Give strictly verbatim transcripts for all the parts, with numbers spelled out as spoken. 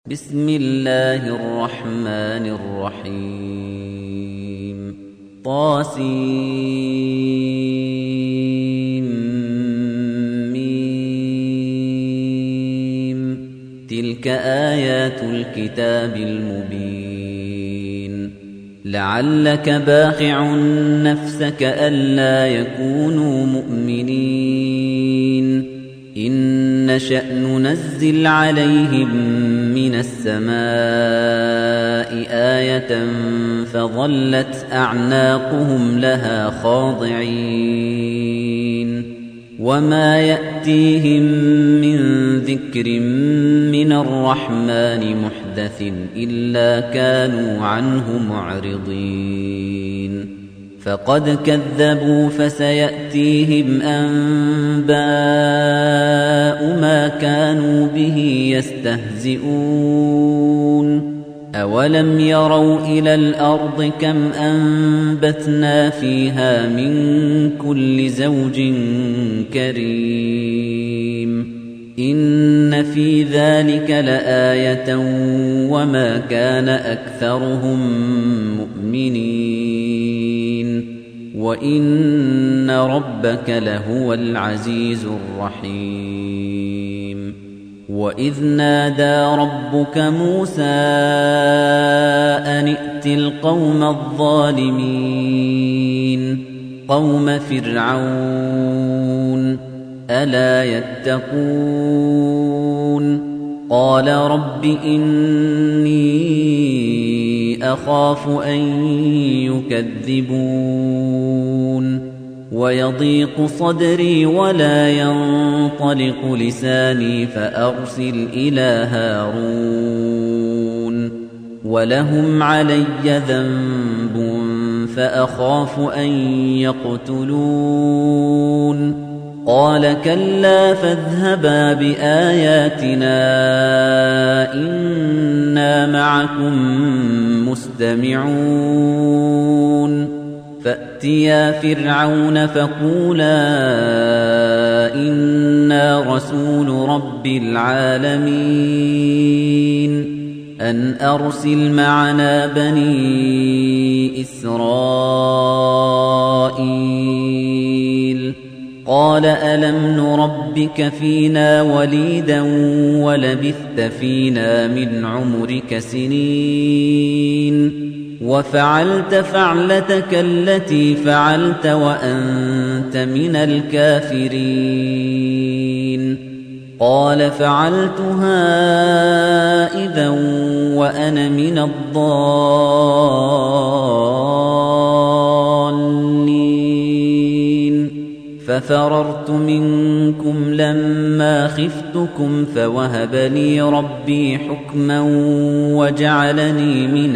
بسم الله الرحمن الرحيم طاسيم تلك آيات الكتاب المبين لعلك باخع نفسك ألا يكونوا مؤمنين إن نشأ ننزل عليهم من السماء آية فظلت أعناقهم لها خاضعين وما يأتيهم من ذكر من الرحمن محدث إلا كانوا عنه معرضين فقد كذبوا فسيأتيهم أنباء ما كانوا به يستهزئون أولم يروا إلى الأرض كم أنبتنا فيها من كل زوج كريم إن في ذلك لآية وما كان أكثرهم مؤمنين وإن ربك لهو العزيز الرحيم وإذ نادى ربك موسى أن ائت القوم الظالمين قوم فرعون ألا يتقون قال رب إني أخاف أن يكذبون ويضيق صدري ولا ينطلق لساني فأرسل إلى هارون ولهم علي ذنب فأخاف أن يقتلون قال كلا فاذهبا بآياتنا إنا معكم مستمعون فأتيا فرعون فقولا إنا رسول رب العالمين أن أرسل معنا بني إسرائيل قال ألم نربك فينا وليدا ولبثت فينا من عمرك سنين وفعلت فعلتك التي فعلت وأنت من الكافرين قال فعلتها إذا وأنا من الضالين ففررت منكم لما خفتكم فوهب لي ربي حكما وجعلني من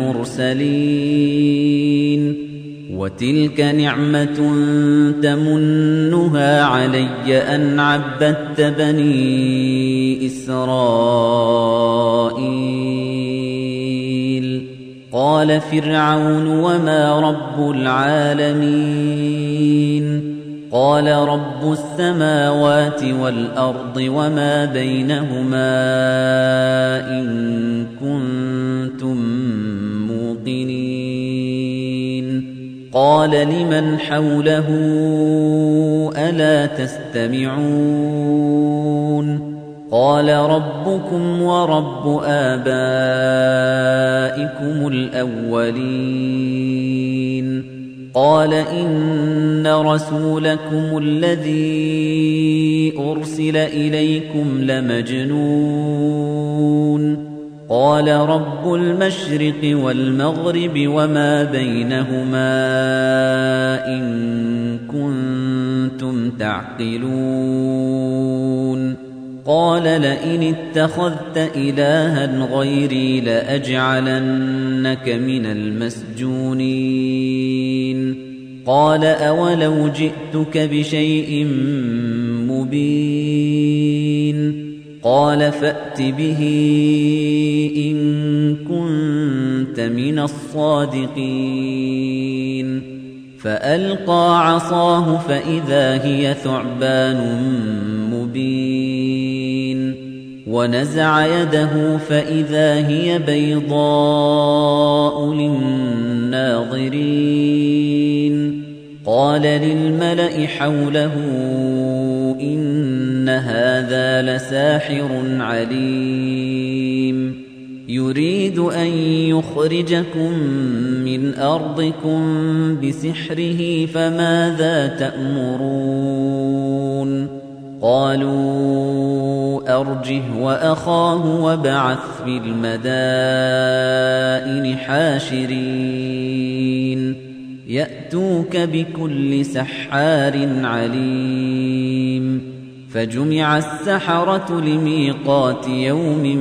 المرسلين وتلك نعمة تمنها علي أن عبدت بني إسرائيل قال فرعون وما رب العالمين قال رب السماوات والأرض وما بينهما إن كنتم موقنين قال لمن حوله ألا تستمعون قال ربكم ورب آبائكم الأولين قال إن رسولكم الذي أرسل إليكم لمجنون قال رب المشرق والمغرب وما بينهما إن كنتم تعقلون قال لئن اتخذت إلها غيري لأجعلنك من المسجونين قال أولو جئتك بشيء مبين قال فأت به إن كنت من الصادقين فألقى عصاه فإذا هي ثعبان مبين ونزع يده فإذا هي بيضاء للناظرين قال للملأ حوله إن هذا لساحر عليم يريد أن يخرجكم من أرضكم بسحره فماذا تأمرون قالوا أرجه وأخاه وابعث في المدائن حاشرين يأتوك بكل سحار عليم فجمع السحرة لميقات يوم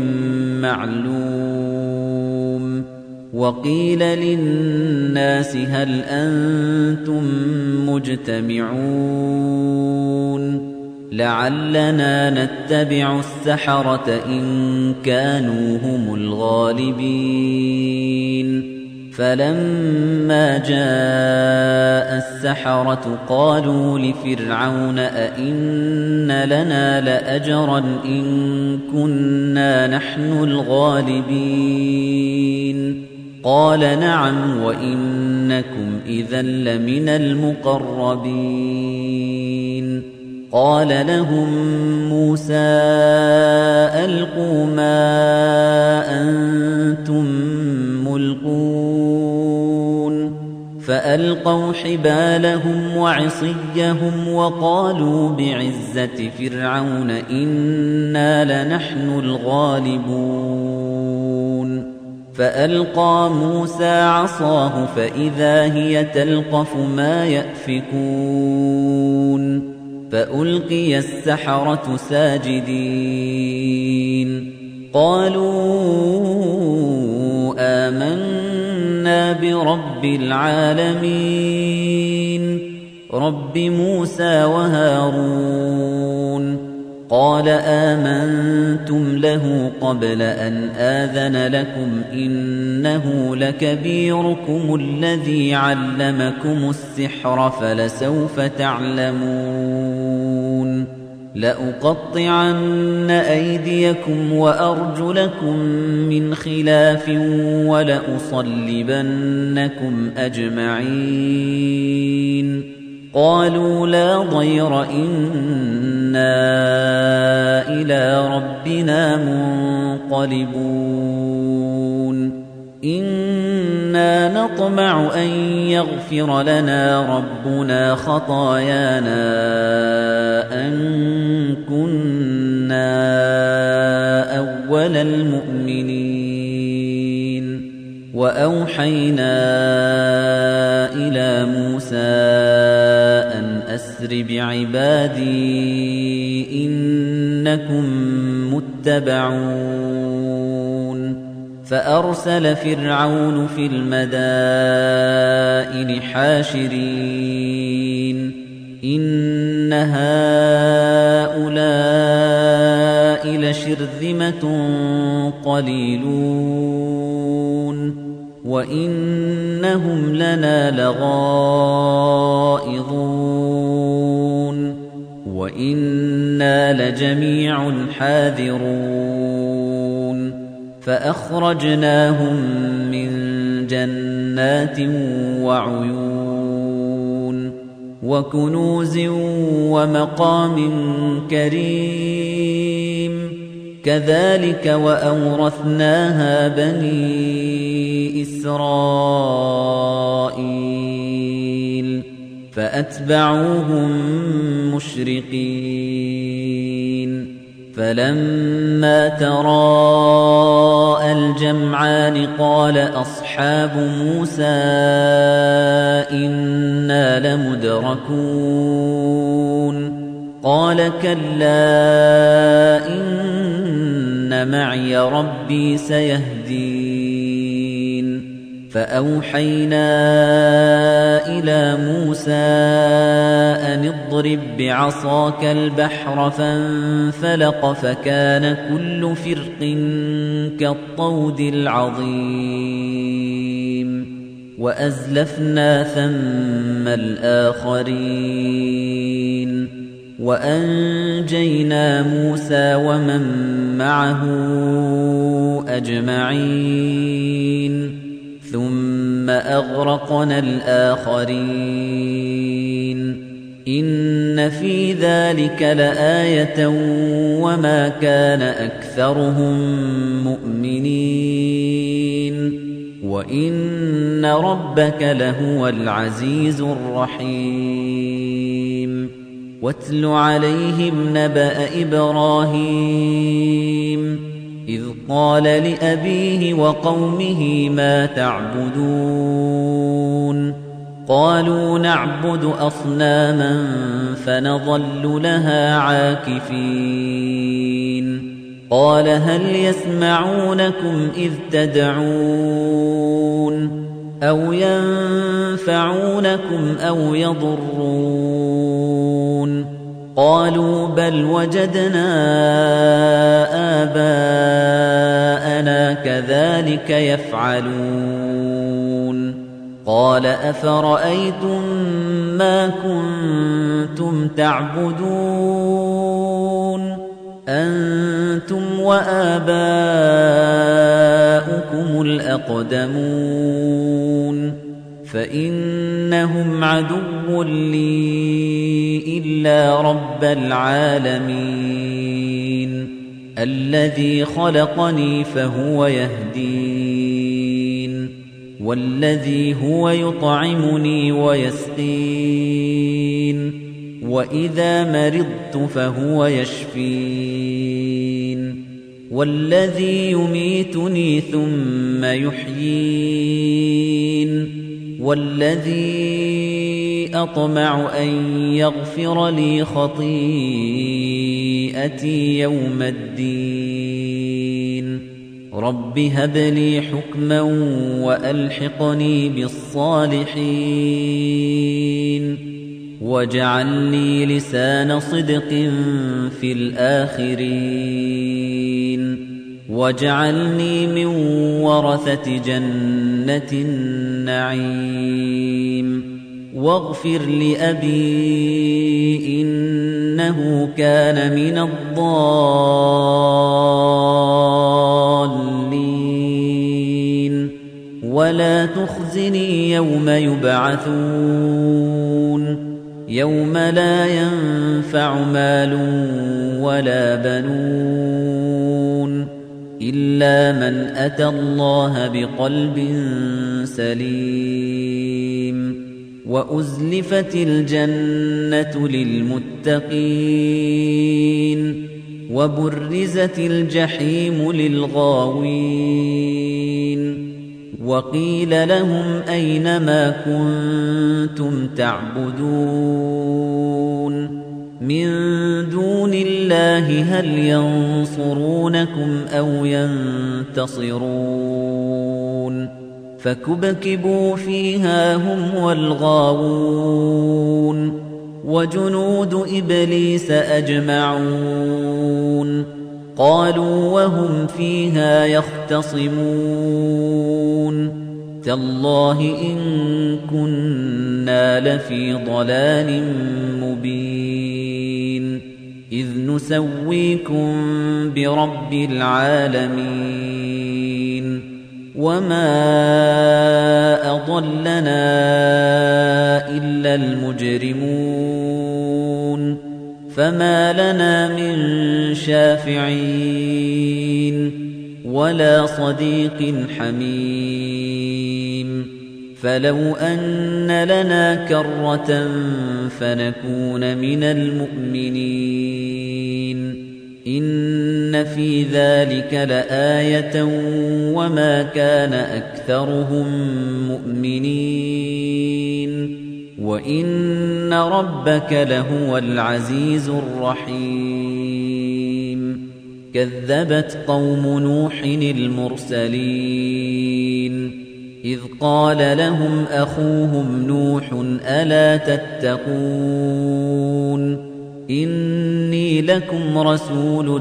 معلوم وقيل للناس هل أنتم مجتمعون لعلنا نتبع السحرة إن كانوا هم الغالبين فلما جاء السحرة قالوا لفرعون أئن لنا لأجرا إن كنا نحن الغالبين قال نعم وإنكم إذا لمن المقربين قال لهم موسى ألقوا ما أنتم ملقون فألقوا حبالهم وعصيهم وقالوا بعزة فرعون إنا لنحن الغالبون فألقى موسى عصاه فإذا هي تلقف ما يأفكون فألقي السحرة ساجدين قالوا آمنا برب العالمين رب موسى وهارون قال آمنتم له قبل أن آذن لكم إنه لكبيركم الذي علمكم السحر فلسوف تعلمون لأقطعن أيديكم وأرجلكم من خلاف ولأصلبنكم أجمعين قالوا لا ضير إنا إلى ربنا منقلبون إنا نطمع أن يغفر لنا ربنا خطايانا أن كنا أول المؤمنين وأوحينا إلى موسى أن أسر بعبادي إنكم متبعون فأرسل فرعون في المدائن حاشرين إن هؤلاء لشرذمة قليلون وإنهم لنا لغائظون وإنا لجميع حاذرون فأخرجناهم من جنات وعيون وكنوز ومقام كريم كذلك وأورثناها بني إسرائيل فأتبعوهم مشرقين فلما تراءى الجمعان قال أصحاب موسى إنا لمدركون قال كلا إن معي ربي سيهدين فأوحينا إلى موسى أن اضرب بعصاك البحر فانفلق فكان كل فرق كالطود العظيم وأزلفنا ثم الآخرين وأنجينا موسى ومن معه أجمعين ثم أغرقنا الآخرين إن في ذلك لآية وما كان أكثرهم مؤمنين وإن ربك لهو العزيز الرحيم واتل عليهم نبأ إبراهيم إذ قال لأبيه وقومه ما تعبدون قالوا نعبد أصناما فنظل لها عاكفين قال هل يسمعونكم إذ تدعون أو ينفعونكم أو يضرون قالوا بل وجدنا آباءنا كذلك يفعلون قال أفرأيتم ما كنتم تعبدون أنتم وآباؤكم الأقدمون فإنهم عدو لي إلا رب العالمين الذي خلقني فهو يهدين والذي هو يطعمني ويسقين وإذا مرضت فهو يشفين والذي يميتني ثم يحيين والذي أطمع أن يغفر لي خطيئتي يوم الدين رب هب لي حكما وألحقني بالصالحين واجعل لي لسان صدق في الآخرين واجعلني من ورثة جنة النعيم واغفر لأبي إنه كان من الضالين ولا تخزني يوم يبعثون يوم لا ينفع مال ولا بنون إلا من أتى الله بقلب سليم وأزلفت الجنة للمتقين وبرزت الجحيم للغاوين وقيل لهم أين ما كنتم تعبدون من دون الله هل ينصرونكم أو ينتصرون فكبكبوا فيها هم والغاوون وجنود إبليس أجمعون قالوا وهم فيها يختصمون تالله إن كنا لفي ضلال مبين إذ نسويكم برب العالمين وما أضلنا إلا المجرمون فما لنا من شافعين ولا صديق حميم فلو أن لنا كرة فنكون من المؤمنين إن في ذلك لآية وما كان أكثرهم مؤمنين وإن ربك لهو العزيز الرحيم كذبت قوم نوح المرسلين إذ قال لهم أخوهم نوح ألا تتقون إني لكم رسول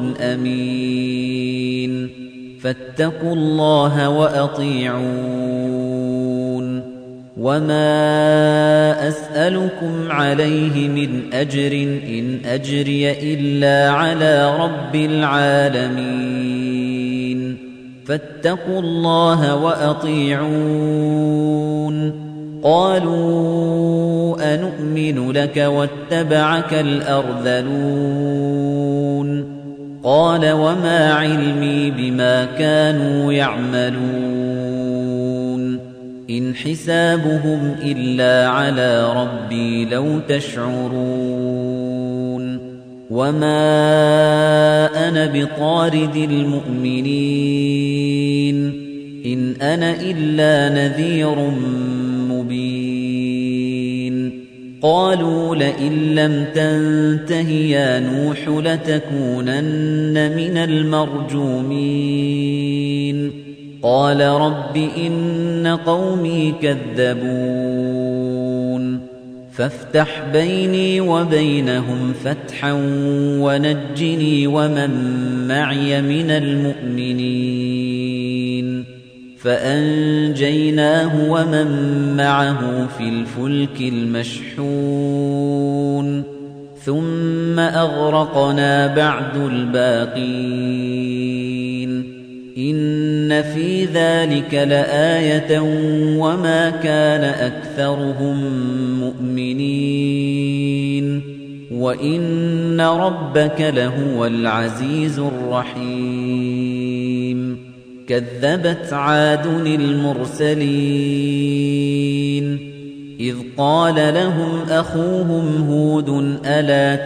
أمين فاتقوا الله وأطيعون وما أسألكم عليه من أجر إن أجري إلا على رب العالمين فاتقوا الله وأطيعون قالوا أنؤمن لك واتبعك الأرذلون قال وما علمي بما كانوا يعملون إن حسابهم إلا على ربي لو تشعرون وما أنا بطارد المؤمنين إن أنا إلا نذير مبين قالوا لئن لم تنته يا نوح لتكونن من المرجومين قال رب إن قومي كذبون فافتح بيني وبينهم فتحا ونجني ومن معي من المؤمنين فأنجيناه ومن معه في الفلك المشحون ثم أغرقنا بعد الباقين إن في ذلك لآية وما كان أكثرهم مؤمنين وإن ربك لهو العزيز الرحيم كذبت عاد المرسلين إذ قال لهم أخوهم هود ألا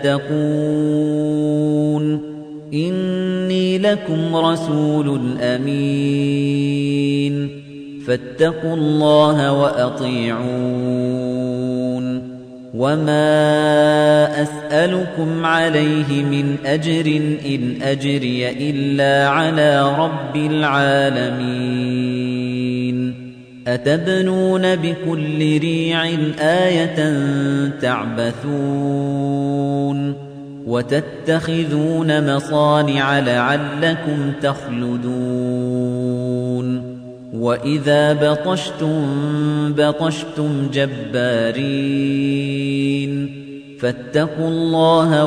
تتقون إني لكم رسول أمين فاتقوا الله وأطيعون وما أسألكم عليه من أجر إن أجري إلا على رب العالمين أتبنون بكل ريع آية تعبثون وتتخذون مصانع لعلكم تخلدون وإذا بطشتم بطشتم جبارين فاتقوا الله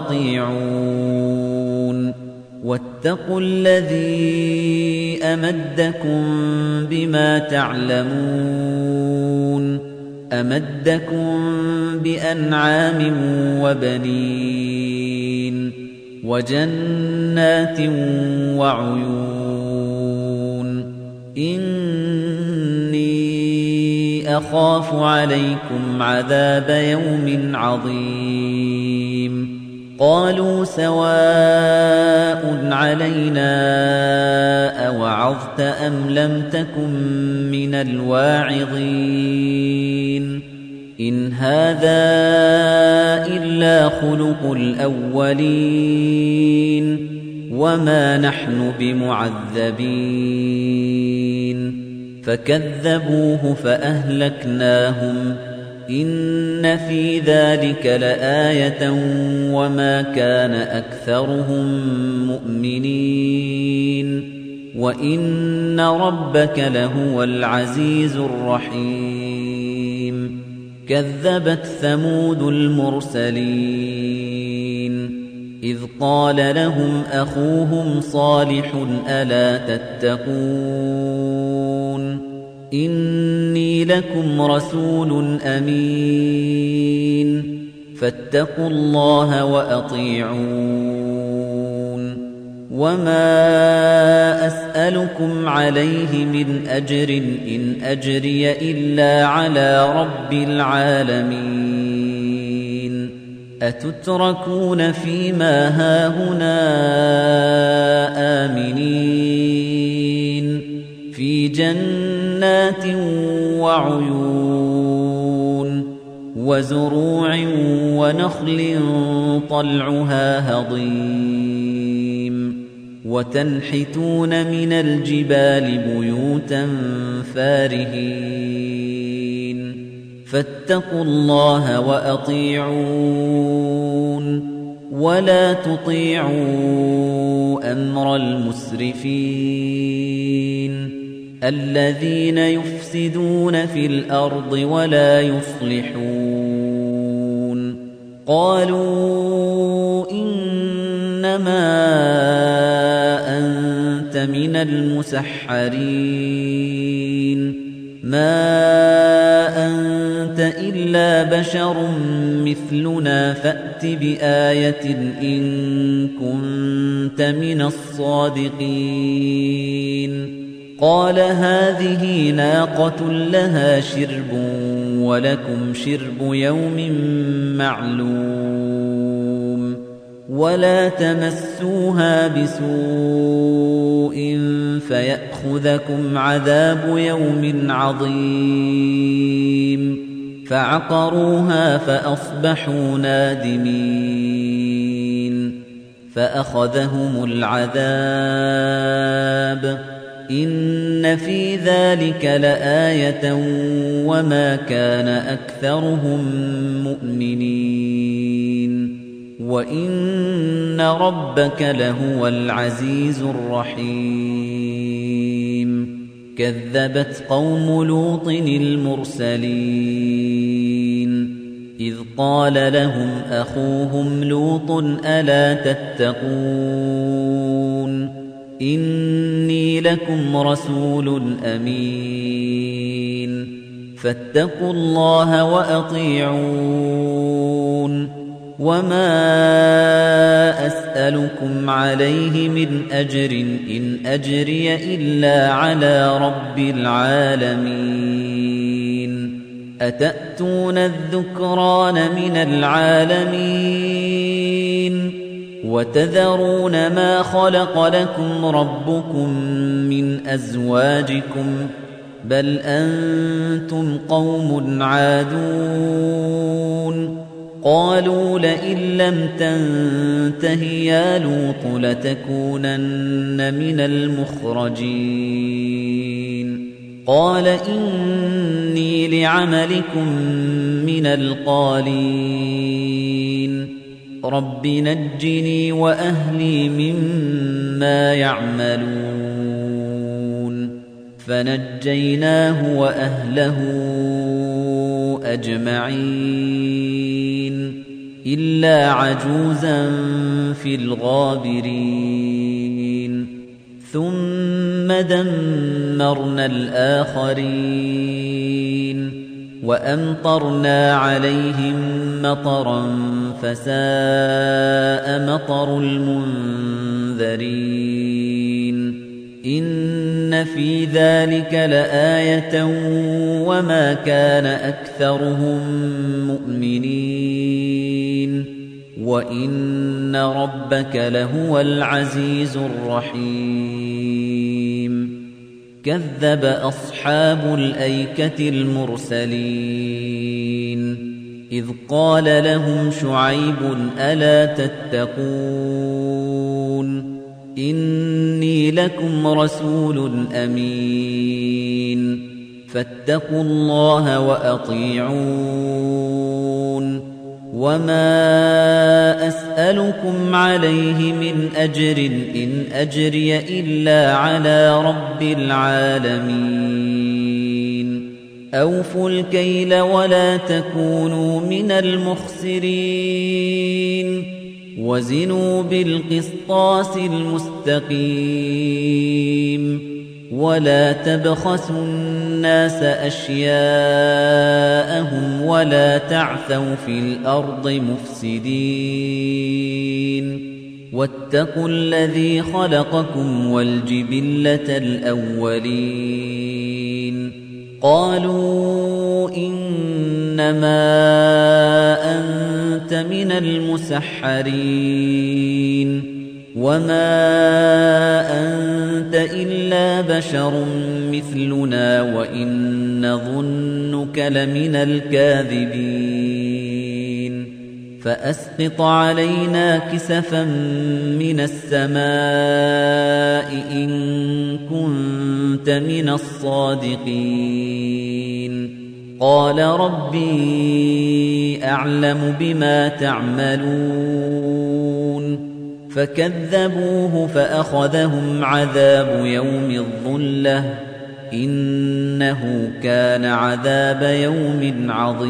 وأطيعون واتقوا الذي أمدكم بما تعلمون أمدكم بأنعام وبنين وجنات وعيون إني أخاف عليكم عذاب يوم عظيم قالوا سواء علينا أوعظت أم لم تكن من الواعظين إن هذا إلا خلق الأولين وما نحن بمعذبين فكذبوه فأهلكناهم إن في ذلك لآية وما كان أكثرهم مؤمنين وإن ربك لهو العزيز الرحيم كذبت ثمود المرسلين إذ قال لهم أخوهم صالح ألا تتقون إني لكم رسول أمين فاتقوا الله وأطيعون وما أسألكم عليه من أجر إن أجري إلا على رب العالمين أتتركون فيما هاهنا آمنين في جنات وعيون وزروع ونخل طلعها هضيم وتنحتون من الجبال بيوتا فارهين فاتقوا الله وأطيعون ولا تطيعوا أمر المسرفين الذين يفسدون في الأرض ولا يصلحون قالوا إنما أنت من المسحرين ما أنت إلا بشر مثلنا فأت بآية إن كنت من الصادقين قال هذه ناقة لها شرب ولكم شرب يوم معلوم ولا تمسوها بسوء فيأخذكم عذاب يوم عظيم فعقروها فأصبحوا نادمين فأخذهم العذاب إن في ذلك لآية وما كان أكثرهم مؤمنين وإن ربك لهو العزيز الرحيم كذبت قوم لوط المرسلين إذ قال لهم أخوهم لوط ألا تتقون إني لكم رسول أمين فاتقوا الله وأطيعون وما أسألكم عليه من أجر إن أجري إلا على رب العالمين أتأتون الذكران من العالمين وتذرون ما خلق لكم ربكم من أزواجكم بل أنتم قوم عادون قالوا لئن لم تنته يا لوط لتكونن من المخرجين قال إني لعملكم من القالين رب نجني وأهلي مما يعملون فنجيناه وأهله أجمعين إلا عجوزا في الغابرين ثم دمرنا الآخرين وأمطرنا عليهم مطرا فساء مطر المنذرين إن في ذلك لآية وما كان أكثرهم مؤمنين وإن ربك لهو العزيز الرحيم كذب أصحاب الأيكة المرسلين إذ قال لهم شعيب ألا تتقون إني لكم رسول أمين فاتقوا الله وأطيعون وما أسألكم عليه من أجر إن أجري إلا على رب العالمين أوفوا الكيل ولا تكونوا من المخسرين وزنوا بالقسطاس المستقيم ولا تبخسوا الناس أشياءهم ولا تعثوا في الأرض مفسدين واتقوا الذي خلقكم والجبلة الأولين قالوا إنما أنت من المسحرين وما أنت إلا بشر مثلنا وإن نظنك لمن الكاذبين فأسقط علينا كسفا من السماء إن كنت من الصادقين قال ربي أعلم بما تعملون فكذبوه فأخذهم عذاب يوم الظلة إنه كان عذاب يوم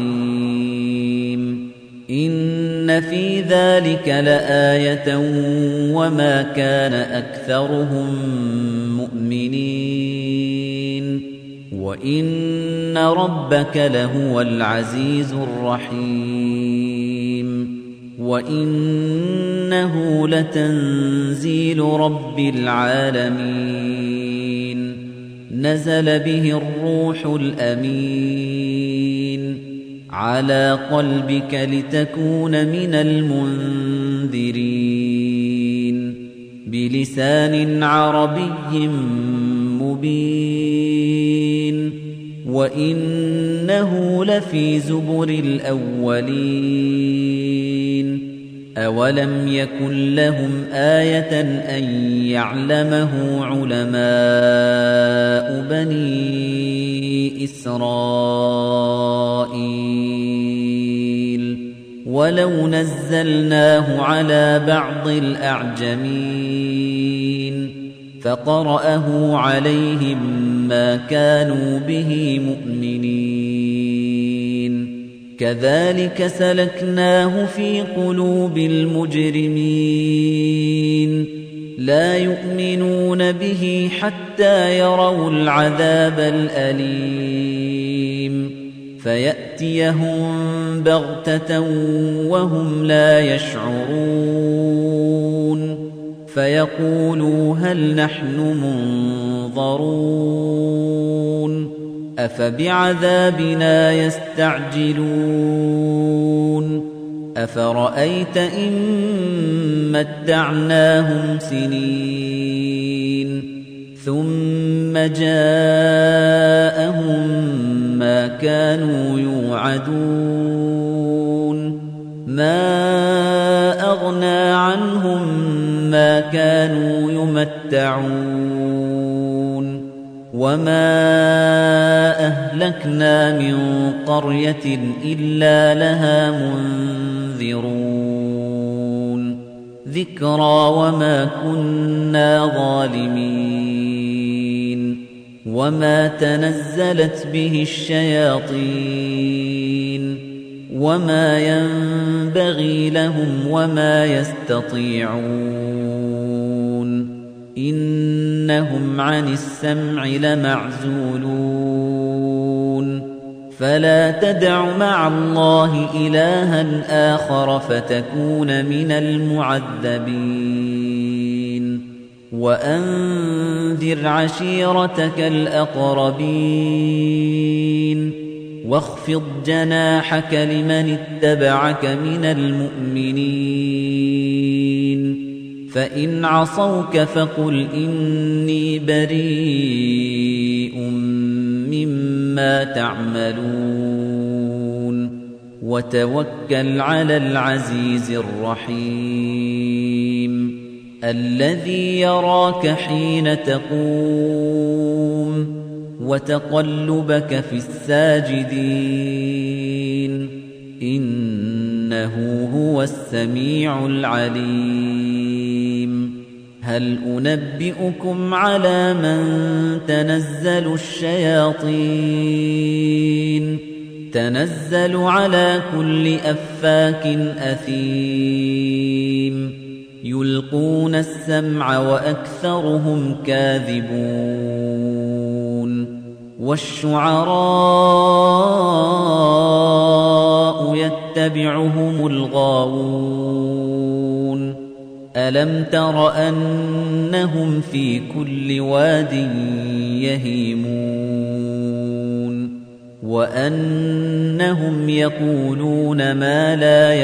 عظيم إن في ذلك لآية وما كان أكثرهم مؤمنين وإن ربك لهو العزيز الرحيم وإنه لتنزيل رب العالمين نزل به الروح الأمين على قلبك لتكون من المنذرين بلسان عربي مبين وإنه لفي زبر الأولين أولم يكن لهم آية أن يعلمه علماء بني إسرائيل ولو نزلناه على بعض الأعجمين فقرأه عليهم ما كانوا به مؤمنين كذلك سلكناه في قلوب المجرمين لا يؤمنون به حتى يروا العذاب الأليم فيأتيهم بغتة وهم لا يشعرون فيقولوا هل نحن منظرون أفبعذابنا يستعجلون أفرأيت إن متعناهم سنين ثم جاءهم ما كانوا يوعدون ما أغنى عنهم ما كانوا يمتعون وما أهلكنا من قرية إلا لها منذرون ذكرى وما كنا ظالمين وما تنزلت به الشياطين وما ينبغي لهم وما يستطيعون إنهم عن السمع لمعزولون فلا تدع مع الله إلها آخر فتكون من المعذبين وأنذر عشيرتك الأقربين واخفض جناحك لمن اتبعك من المؤمنين فإن عصوك فقل إني بريء مما تعملون وتوكل على العزيز الرحيم الذي يراك حين تقوم وتقلبك في الساجدين إنه هو السميع العليم هل أنبئكم على من تنزل الشياطين تنزل على كل أفاك أثيم يلقون السمع وأكثرهم كاذبون والشعراء يتبعهم الغاوون ألم تر أنهم في كل واد يهيمون وأنهم يقولون ما لا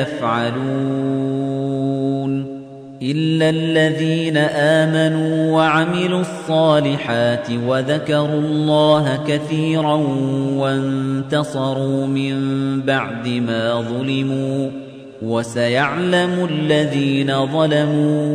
يفعلون إلا الذين آمنوا وعملوا الصالحات وذكروا الله كثيرا وانتصروا من بعد ما ظلموا وسيعلم الذين ظلموا